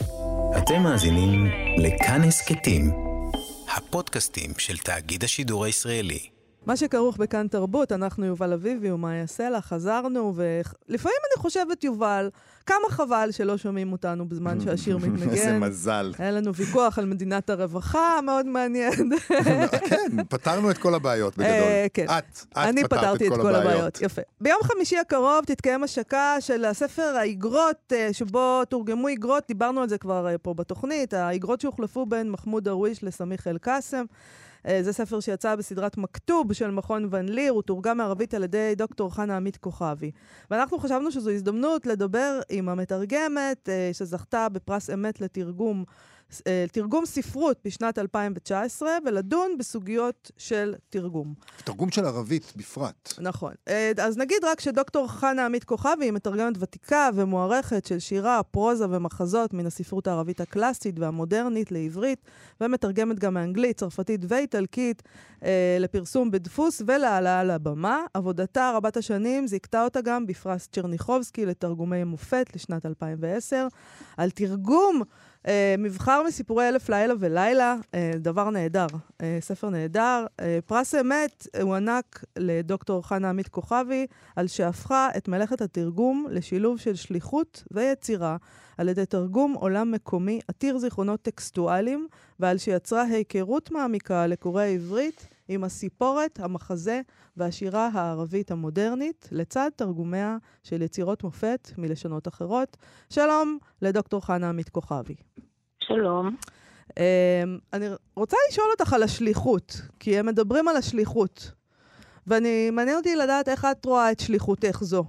אתם מאזינים לכאן הסכתים, הפודקאסטים של תאגיד השידור הישראלי. מה שכרוך בכאן תרבות, אנחנו יובל אביבי ומאיה סלע, חזרנו, ולפעמים אני חושבת, יובל, כמה חבל שלא שומעים אותנו בזמן שהשיר מתנגן. איזה מזל. היה לנו ויכוח על מדינת הרווחה, מאוד מעניין. כן, פתרנו את כל הבעיות בגדול. כן. את, את אני פתרתי את כל הבעיות. יפה. ביום חמישי הקרוב תתקיים השקה של הספר האיגרות, שבו תורגמו איגרות, דיברנו על זה כבר פה בתוכנית, האיגרות שהוחלפו בין מחמוד דרוויש לסמיח אל-קאסם. זה ספר שיצא בסדרת מכתוב של מכון ון ליר, הוא תורגם מערבית על ידי דוקטור חנה עמית כוכבי. ואנחנו חשבנו שזו הזדמנות לדבר עם המתרגמת שזכתה בפרס אמת לתרגום, תרגום ספרות בשנת אלפיים תשע עשרה, ולדון בסוגיות של תרגום. תרגום של ערבית בפרט. נכון. אז נגיד רק שדוקטור חנה עמית כוכבי היא מתרגמת ותיקה ומוערכת של שירה, פרוזה ומחזות מן הספרות הערבית הקלאסית והמודרנית לעברית, ומתרגמת גם מאנגלית, צרפתית ואיטלקית אה, לפרסום בדפוס ולהעלאה לבמה. עבודתה רבת השנים זיכתה אותה גם בפרס צ'רניחובסקי לתרגומי מופת לשנת אלפיים ועשר. על תרגום Uh, מבחר מסיפורי אלף לילה ולילה, uh, דבר נהדר, uh, ספר נהדר. Uh, פרס אמת הוא ענק לדוקטור חנה עמית כוכבי, על שהפכה את מלאכת התרגום לשילוב של שליחות ויצירה, על ידי תרגום עולם מקומי עתיר זיכרונות טקסטואליים, ועל שיצרה היכרות מעמיקה לקוראי העברית עם הסיפורת, המחזה והשירה הערבית המודרנית, לצד תרגומיה של יצירות מופת מלשונות אחרות. שלום לדוקטור חנה עמית כוכבי. שלום. Um, אני רוצה לשאול אותך על השליחות, כי הם מדברים על השליחות, ואני מעניין אותי לדעת איך את רואה את שליחותך זו.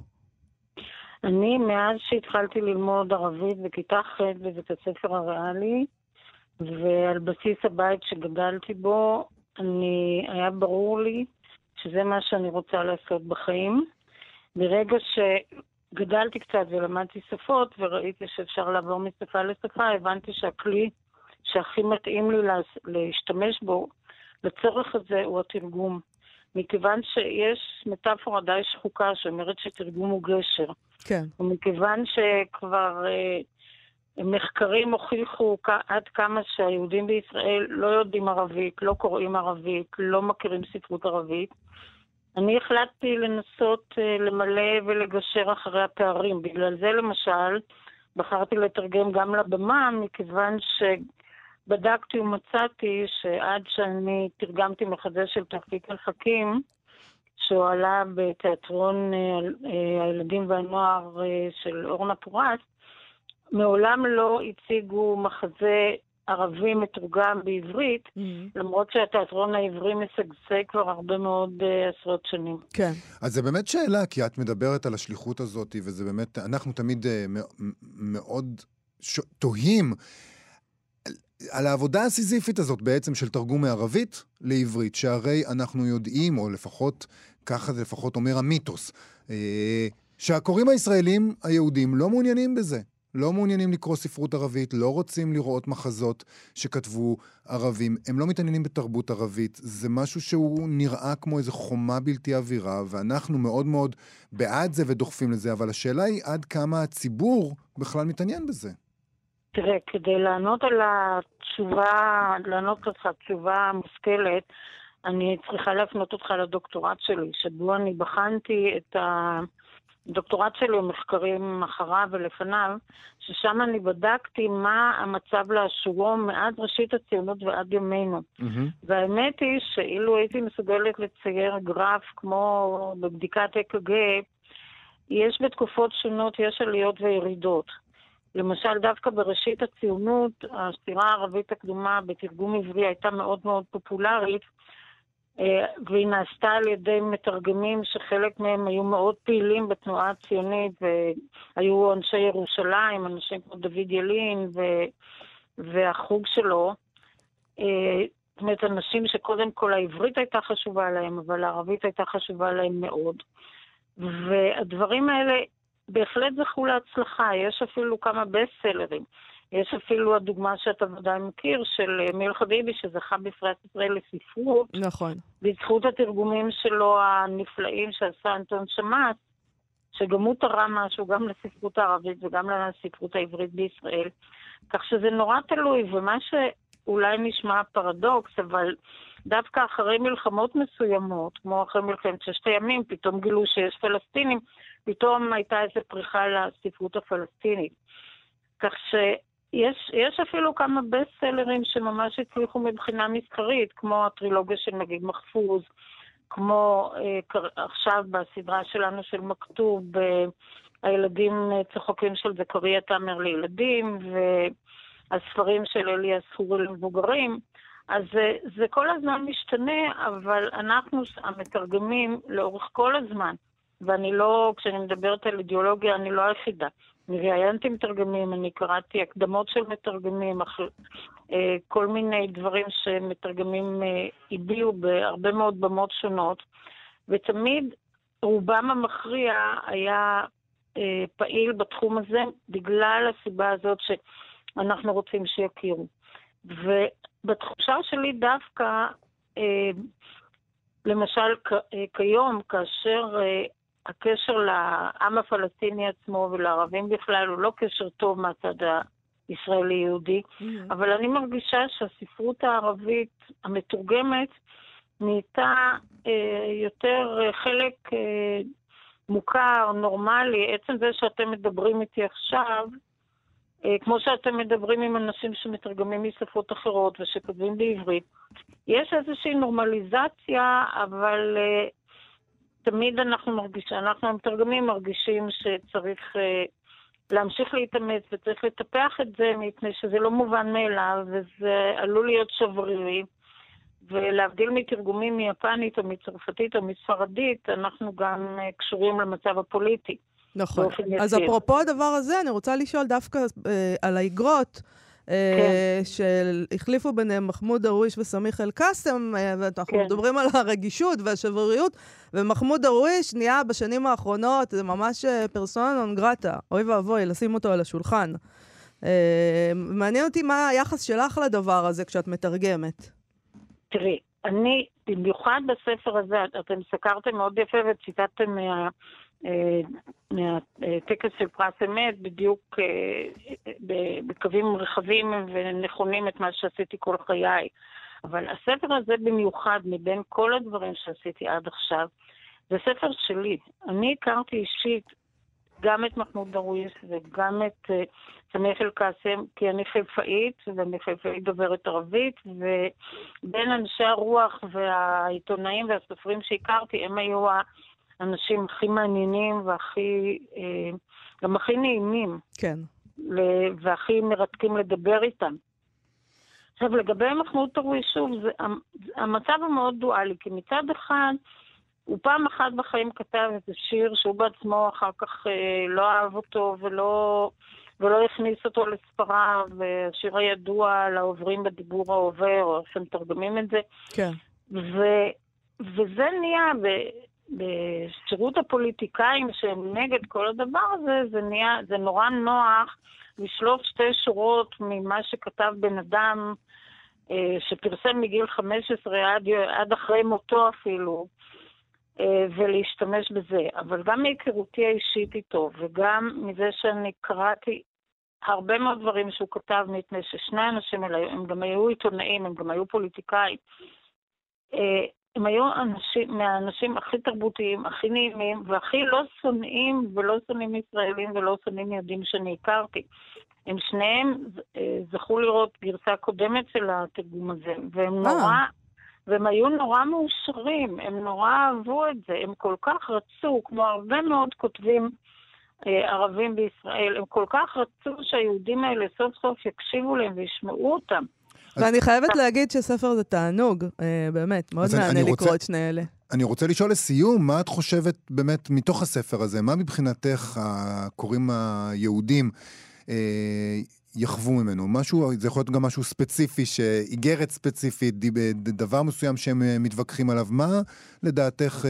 אני מאז שהתחלתי ללמוד ערבית בכיתה ח' בבית הספר הריאלי, ועל בסיס הבית שגדלתי בו, אני, היה ברור לי שזה מה שאני רוצה לעשות בחיים. ברגע שגדלתי קצת ולמדתי שפות וראיתי שאפשר לעבור משפה לשפה, הבנתי שהכלי שהכי מתאים לי להשתמש בו לצורך הזה הוא התרגום. מכיוון שיש מטאפורה די שחוקה שאומרת שתרגום הוא גשר. כן. ומכיוון שכבר אה, מחקרים הוכיחו עד כמה שהיהודים בישראל לא יודעים ערבית, לא קוראים ערבית, לא מכירים ספרות ערבית, אני החלטתי לנסות אה, למלא ולגשר אחרי הפערים. בגלל זה למשל בחרתי לתרגם גם לבמה, מכיוון שבדקתי ומצאתי שעד שאני תרגמתי מחזה של תרפיק אל-חכים, שהוא עלה בתיאטרון הילדים והנוער של אורנה פורט, מעולם לא הציגו מחזה ערבי מתורגם בעברית, mm-hmm. למרות שהתיאטרון העברי משגשג כבר הרבה מאוד uh, עשרות שנים. כן. אז זה באמת שאלה, כי את מדברת על השליחות הזאת, וזה באמת, אנחנו תמיד uh, מאוד ש... תוהים על העבודה הסיזיפית הזאת בעצם של תרגום מערבית לעברית, שהרי אנחנו יודעים, או לפחות, ככה זה לפחות אומר המיתוס, uh, שהקוראים הישראלים היהודים לא מעוניינים בזה. לא מעוניינים לקרוא ספרות ערבית, לא רוצים לראות מחזות שכתבו ערבים, הם לא מתעניינים בתרבות ערבית, זה משהו שהוא נראה כמו איזו חומה בלתי עבירה, ואנחנו מאוד מאוד בעד זה ודוחפים לזה, אבל השאלה היא עד כמה הציבור בכלל מתעניין בזה. תראה, כדי לענות על התשובה, לענות לך תשובה מושכלת, אני צריכה להפנות אותך לדוקטורט שלי, שבו אני בחנתי את ה... דוקטורט שלי הוא מחקרים אחריו ולפניו, ששם אני בדקתי מה המצב לאשורו מאז ראשית הציונות ועד ימינו. Mm-hmm. והאמת היא שאילו הייתי מסוגלת לצייר גרף כמו בבדיקת אק"ג, יש בתקופות שונות, יש עליות וירידות. למשל, דווקא בראשית הציונות, הסתירה הערבית הקדומה בתרגום עברי הייתה מאוד מאוד פופולרית, והיא נעשתה על ידי מתרגמים שחלק מהם היו מאוד פעילים בתנועה הציונית, והיו אנשי ירושלים, אנשים כמו דוד ילין ו... והחוג שלו. זאת אומרת, אנשים שקודם כל העברית הייתה חשובה להם, אבל הערבית הייתה חשובה להם מאוד. והדברים האלה בהחלט זכו להצלחה. יש אפילו כמה בסט-סלרים. יש אפילו הדוגמה שאתה ודאי מכיר, של אמיל חביבי, שזכה בפרס ישראל לספרות. נכון. בזכות התרגומים שלו הנפלאים שעשה אנטון שמאס, שגם הוא תרם משהו גם לספרות הערבית וגם לספרות העברית בישראל. כך שזה נורא תלוי, ומה שאולי נשמע פרדוקס, אבל דווקא אחרי מלחמות מסוימות, כמו אחרי מלחמת ששת הימים, פתאום גילו שיש פלסטינים, פתאום הייתה איזו פריחה לספרות הפלסטינית. כך שיש יש אפילו כמה בסט-סלרים שממש הצליחו מבחינה מסחרית, כמו הטרילוגיה של נגיד מחפוז, כמו אה, עכשיו בסדרה שלנו של מכתוב, אה, הילדים צחוקים של זכריה תאמר לילדים, והספרים של אליאס חורי למבוגרים. אז זה, זה כל הזמן משתנה, אבל אנחנו המתרגמים לאורך כל הזמן, ואני לא, כשאני מדברת על אידיאולוגיה, אני לא היחידה. אני ראיינתי מתרגמים, אני קראתי הקדמות של מתרגמים, כל מיני דברים שמתרגמים הביאו בהרבה מאוד במות שונות, ותמיד רובם המכריע היה פעיל בתחום הזה, בגלל הסיבה הזאת שאנחנו רוצים שיכירו. ובתחושה שלי דווקא, למשל כיום, כאשר הקשר לעם הפלסטיני עצמו ולערבים בכלל הוא לא קשר טוב מהצד הישראלי-יהודי, mm-hmm. אבל אני מרגישה שהספרות הערבית המתורגמת נהייתה אה, יותר אה, חלק אה, מוכר, נורמלי. עצם זה שאתם מדברים איתי עכשיו, אה, כמו שאתם מדברים עם אנשים שמתרגמים משפות אחרות ושכותבים בעברית, יש איזושהי נורמליזציה, אבל אה, תמיד אנחנו מרגישים, אנחנו המתרגמים מרגישים שצריך אה, להמשיך להתאמץ וצריך לטפח את זה, מפני שזה לא מובן מאליו, וזה עלול להיות שברירי. ולהבדיל מתרגומים מיפנית או מצרפתית או מספרדית, אנחנו גם אה, קשורים למצב הפוליטי. נכון. אז אפרופו הדבר הזה, אני רוצה לשאול דווקא אה, על האגרות, כן. שהחליפו ביניהם מחמוד דרוויש וסמיח אל-קאסם, ואנחנו כן. מדברים על הרגישות והשבריות, ומחמוד דרוויש נהיה בשנים האחרונות, זה ממש פרסונה נון גרטה, אוי ואבוי, לשים אותו על השולחן. מעניין אותי מה היחס שלך לדבר הזה כשאת מתרגמת. תראי, אני, במיוחד בספר הזה, אתם סקרתם מאוד יפה וציטטתם מה... מהטקס של פרס אמת, בדיוק בקווים רחבים ונכונים את מה שעשיתי כל חיי. אבל הספר הזה במיוחד, מבין כל הדברים שעשיתי עד עכשיו, זה ספר שלי. אני הכרתי אישית גם את מחמוד דרוויש וגם את סמיח אל-קאסם, כי אני חיפאית, ואני חיפאית דוברת ערבית, ובין אנשי הרוח והעיתונאים והסופרים שהכרתי, הם היו האנשים הכי מעניינים והכי, גם הכי נעימים. כן. והכי מרתקים לדבר איתם. עכשיו, לגבי מחמוד דרוויש, שוב, זה, המצב הוא מאוד דואלי, כי מצד אחד, הוא פעם אחת בחיים כתב איזה שיר שהוא בעצמו אחר כך אה, לא אהב אותו ולא, ולא הכניס אותו לספרה, והשיר הידוע לעוברים בדיבור העובר, או איך מתרגמים את זה. כן. ו, וזה נהיה ב, בשירות הפוליטיקאים שהם נגד כל הדבר הזה, זה נהיה, זה נורא נוח לשלוף שתי שורות ממה שכתב בן אדם אה, שפרסם מגיל חמש עשרה עד, עד אחרי מותו אפילו, ולהשתמש בזה. אבל גם מהיכרותי האישית איתו, וגם מזה שאני קראתי הרבה מאוד דברים שהוא כתב, מפני ששני האנשים האלה, הם גם היו עיתונאים, הם גם היו פוליטיקאים, הם היו אנשים, מהאנשים הכי תרבותיים, הכי נעימים, והכי לא שונאים, ולא שונאים ישראלים, ולא שונאים יהודים שאני הכרתי. הם שניהם זכו לראות גרסה קודמת של התרגום הזה, והם נורא... והם היו נורא מאושרים, הם נורא אהבו את זה, הם כל כך רצו, כמו הרבה מאוד כותבים אה, ערבים בישראל, הם כל כך רצו שהיהודים האלה סוף סוף יקשיבו להם וישמעו אותם. ואני חייבת להגיד שספר זה תענוג, באמת, מאוד מענה לקרוא את שני אלה. אני רוצה לשאול לסיום, מה את חושבת באמת מתוך הספר הזה? מה מבחינתך הקוראים היהודים יחוו ממנו? משהו, זה יכול להיות גם משהו ספציפי, שאיגרת ספציפית, דבר מסוים שהם מתווכחים עליו. מה לדעתך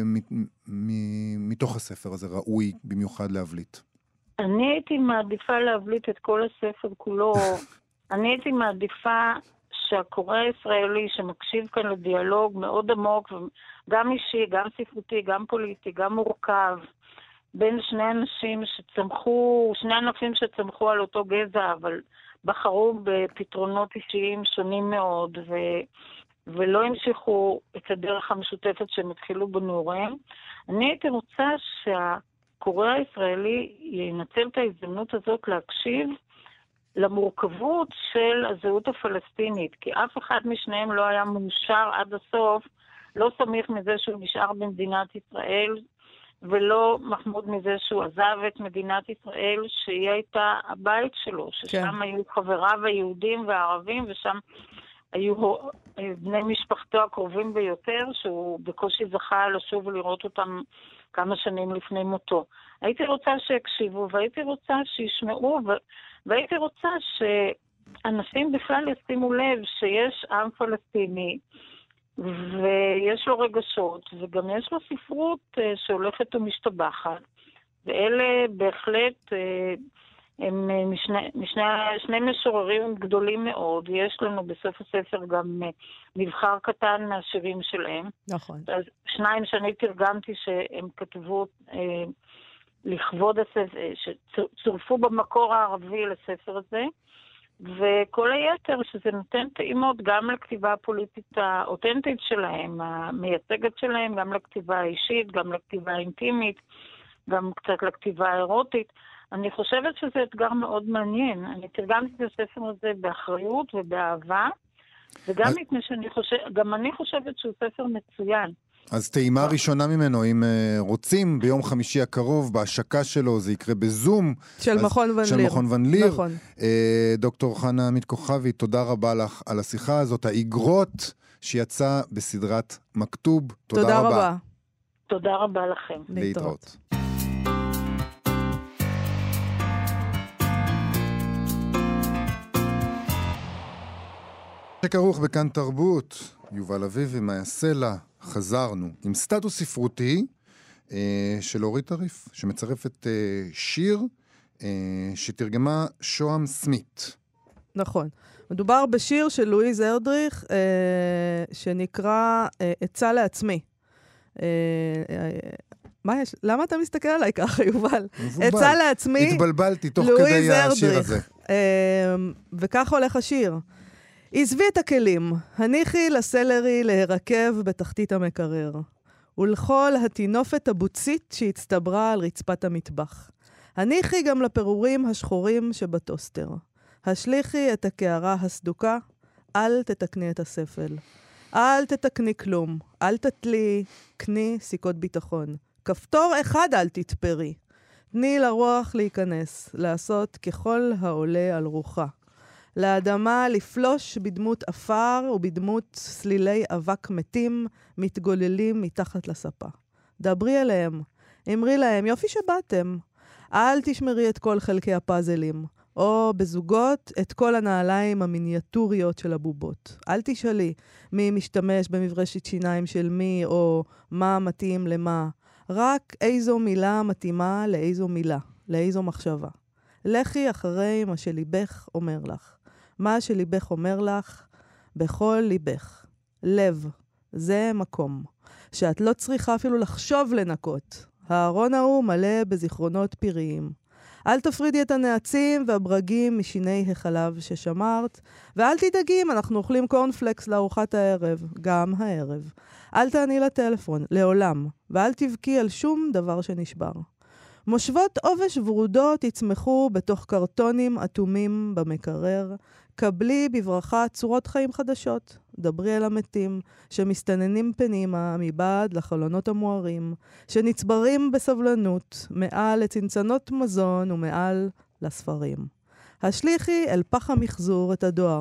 מתוך הספר הזה ראוי במיוחד להבליט? אני הייתי מעדיפה להבליט את כל הספר כולו. אני הייתי מעדיפה שהקורא הישראלי שמקשיב כאן לדיאלוג מאוד עמוק, גם אישי, גם ספרותי, גם פוליטי, גם מורכב, בין שני אנשים שצמחו, שני ענפים שצמחו על אותו גזע, אבל בחרו בפתרונות אישיים שונים מאוד, ו, ולא המשיכו את הדרך המשותפת שהם התחילו בנעוריהם. אני הייתי רוצה שהקורא הישראלי ינצל את ההזדמנות הזאת להקשיב למורכבות של הזהות הפלסטינית, כי אף אחד משניהם לא היה מאושר עד הסוף, לא סמיך מזה שהוא נשאר במדינת ישראל, ולא מחמוד מזה שהוא עזב את מדינת ישראל, שהיא הייתה הבית שלו, ששם כן. היו חבריו היהודים והערבים, ושם היו בני משפחתו הקרובים ביותר, שהוא בקושי זכה לשוב ולראות אותם כמה שנים לפני מותו. הייתי רוצה שיקשיבו, והייתי רוצה שישמעו, ו... והייתי רוצה שאנשים בכלל ישימו לב שיש עם פלסטיני, ויש לו רגשות, וגם יש לו ספרות שהולכת ומשתבחת, ואלה בהחלט הם משני, משני, שני משוררים גדולים מאוד. יש לנו בסוף הספר גם מבחר קטן מהשירים שלהם. נכון. אז שניים שאני תרגמתי שהם כתבו אה, לכבוד הספר, שצורפו במקור הערבי לספר הזה, וכל היתר שזה נותן טעימות גם לכתיבה הפוליטית האותנטית שלהם, המייצגת שלהם, גם לכתיבה האישית, גם לכתיבה האינטימית, גם קצת לכתיבה האירוטית. אני חושבת שזה אתגר מאוד מעניין. אני תרגמתי את הספר הזה באחריות ובאהבה, וגם אז... מפני שאני חושב, גם אני חושבת שהוא ספר מצוין. אז טעימה ראשונה ממנו, אם רוצים, ביום חמישי הקרוב, בהשקה שלו, זה יקרה בזום. של מכון ון ליר. של מכון ון ליר. נכון. דוקטור חנה עמית כוכבי, תודה רבה לך על השיחה הזאת. האיגרות שיצא בסדרת מכתוב. תודה, תודה רבה. רבה. תודה רבה לכם. להתראות. שכרוך בכאן תרבות, יובל אביבי, מאיה סלע. חזרנו עם סטטוס ספרותי אה, של אורית טריף, שמצרפת אה, שיר אה, שתרגמה שוהם סמית. נכון. מדובר בשיר של לואיז ארדריך, אה, שנקרא אה, עצה לעצמי. אה, אה, מה יש? למה אתה מסתכל עליי ככה, יובל? עצה לעצמי, התבלבלתי תוך כדי השיר הזה. אה, וכך הולך השיר. עזבי את הכלים, הניחי לסלרי להירקב בתחתית המקרר, ולכל התינופת הבוצית שהצטברה על רצפת המטבח. הניחי גם לפירורים השחורים שבטוסטר. השליחי את הקערה הסדוקה, אל תתקני את הספל. אל תתקני כלום, אל תתלי, קני סיכות ביטחון. כפתור אחד אל תתפרי. תני לרוח להיכנס, לעשות ככל העולה על רוחה. לאדמה לפלוש בדמות אפר ובדמות סלילי אבק מתים מתגוללים מתחת לספה. דברי אליהם, אמרי להם, יופי שבאתם. אל תשמרי את כל חלקי הפאזלים, או בזוגות את כל הנעליים המיניאטוריות של הבובות. אל תשאלי מי משתמש במברשת שיניים של מי, או מה מתאים למה. רק איזו מילה מתאימה לאיזו מילה, לאיזו מחשבה. לכי אחרי מה שליבך אומר לך. מה שליבך אומר לך, בכל ליבך. לב, זה מקום, שאת לא צריכה אפילו לחשוב לנקות. הארון ההוא מלא בזיכרונות פיריים. אל תפרידי את הנעצים והברגים משיני החלב ששמרת, ואל תדאגים, אנחנו אוכלים קורנפלקס לארוחת הערב, גם הערב. אל תעני לטלפון, לעולם, ואל תבכי על שום דבר שנשבר. מושבות עובש ורודות יצמחו בתוך קרטונים אטומים במקרר. קבלי בברכה צורות חיים חדשות. דברי אל המתים שמסתננים פנימה מבעד לחלונות המוארים, שנצברים בסבלנות מעל לצנצנות מזון ומעל לספרים. השליחי אל פח המחזור את הדואר.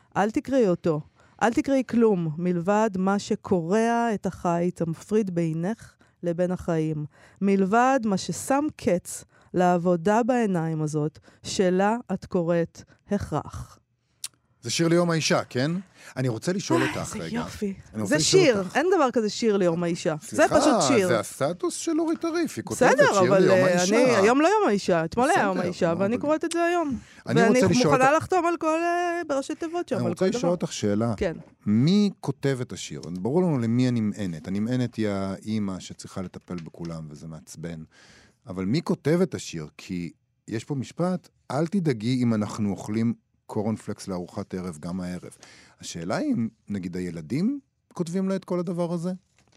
אל תקראי אותו. אל תקראי כלום, מלבד מה שקורע את החיץ, המפריד בינך לבין החיים. מלבד מה ששם קץ לעבודה בעיניים הזאת, שלה את קוראת הכרח. זה שיר ליום האישה, כן? אני רוצה לשאול אותך רגע. זה יופי. זה שיר, אין דבר כזה שיר ליום האישה. זה פשוט שיר. סליחה, זה הסטטוס של אורית טריף, היא כותבת בסדר, שיר אבל ליום האישה. אני, היום לא יום האישה, אתמול היה יום בסדר, האישה, אבל- ואני קוראת את זה היום. אני ואני רוצה לשאול מוכנה אותך- לחתום על כל, אה, בראשי תיבות שם, אני על רוצה כל לשאול דבר. אותך שאלה. כן. מי כותב את השיר? ברור לנו למי הנמענת. הנמענת היא האימא שצריכה לטפל בכולם, וזה מעצבן. אבל מי כותב את השיר? כי יש פה משפט, אל תדאגי אם אנחנו אוכלים קורנפלקס לארוחת ערב גם הערב. השאלה היא אם, נגיד, הילדים כותבים לה את כל הדבר הזה?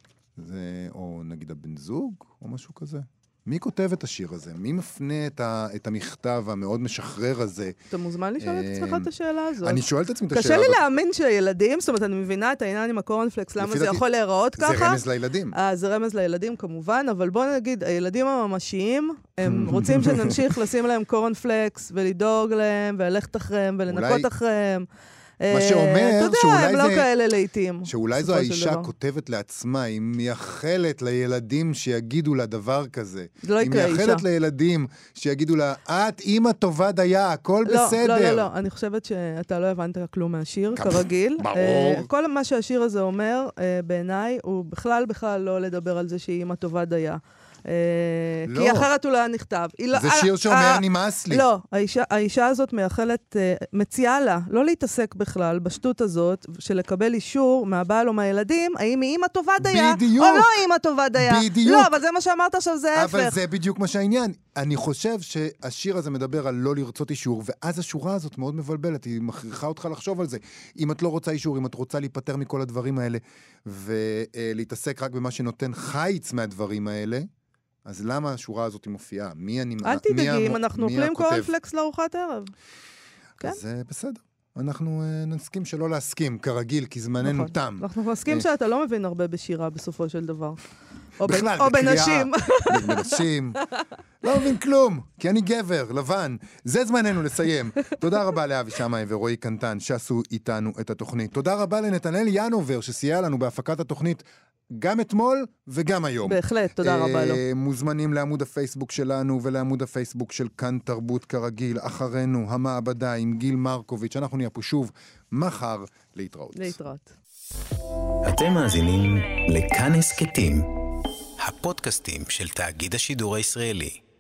זה, או נגיד הבן זוג, או משהו כזה. מי כותב את השיר הזה? מי מפנה את, ה, את המכתב המאוד משחרר הזה? אתה מוזמן לשאול את עצמך את השאלה הזאת. אני שואל את עצמי את קשה השאלה לי הזאת. להאמין שילדים, זאת אומרת, אני מבינה את העניין עם הקורנפלקס, למה לפי זה דעתי, יכול להיראות ככה. זה רמז לילדים. אה, זה רמז לילדים כמובן, אבל בוא נגיד, הילדים הממשיים, הם רוצים שנמשיך לשים להם קורנפלקס, ולדאוג להם, וללכת אחריהם, ולנקות אולי- אחריהם. מה שאומר אתה יודע, שאולי הם לא זה- כאלה לעתים. שאולי זו בסופו של האישה דבר. כותבת לעצמה, היא מייחלת לילדים שיגידו לה דבר כזה. זה לא יקרה, היא אישה. מייחלת לילדים שיגידו לה, את אימא טובה דייה, הכל לא, בסדר. לא, לא, לא, אני חושבת שאתה לא הבנת כלום מהשיר, כמה- כרגיל. ברור. אה, כל מה שהשיר הזה אומר, אה, בעיניי, הוא בכלל בכלל לא לדבר על זה שהיא אימא טובה דייה. אה, לא. כי אחרת הוא לא היה נכתב. היא לא- זה אה, שיר שאומר, אה, נמאס לי. לא, האישה, האישה הזאת מייחלת, אה, מציעה לה לא להתעסק בכלל בשטות הזאת, של לקבל אישור מהבעל או מהילדים, האם היא אימא טובה דייה, בדיוק. או לא אימא טובה דייה. בדיוק. לא, אבל זה מה שאמרת עכשיו, זה ההפך. אבל זה בדיוק מה שהעניין. אני חושב שהשיר הזה מדבר על לא לרצות אישור, ואז השורה הזאת מאוד מבלבלת, היא מכריחה אותך לחשוב על זה. אם את לא רוצה אישור, אם את רוצה להיפטר מכל הדברים האלה, ולהתעסק רק במה שנותן חיץ מהדברים האלה, אז למה השורה הזאת מופיעה? מי אני... אל מי תדאגי, המו- אם אנחנו מי אוכלים הכותב? קורנפלקס לארוחת ערב. כן. אז אה, בסדר. אנחנו אה, נסכים שלא להסכים, כרגיל, כי זמננו נכון. תם. אנחנו נסכים אה. שאתה לא מבין הרבה בשירה בסופו של דבר. או ב- בכלל, או בקריאה. בנשים. בנשים. לא מבין כלום, כי אני גבר, לבן. זה זמננו לסיים. תודה רבה לאבי שמאי ורועי קנטן שעשו איתנו את התוכנית. תודה רבה לנתנאל ינובר שסייע לנו בהפקת התוכנית גם אתמול וגם היום. בהחלט, תודה רבה לו. אה, מוזמנים לעמוד הפייסבוק שלנו ולעמוד הפייסבוק של כאן תרבות כרגיל. אחרינו המעבדה עם גיל מרקוביץ'. אנחנו נהיה פה שוב מחר להתראות. להתראות. אתם מאזינים לכאן הסכתים, הפודקאסטים של תאגיד השידור הישראלי.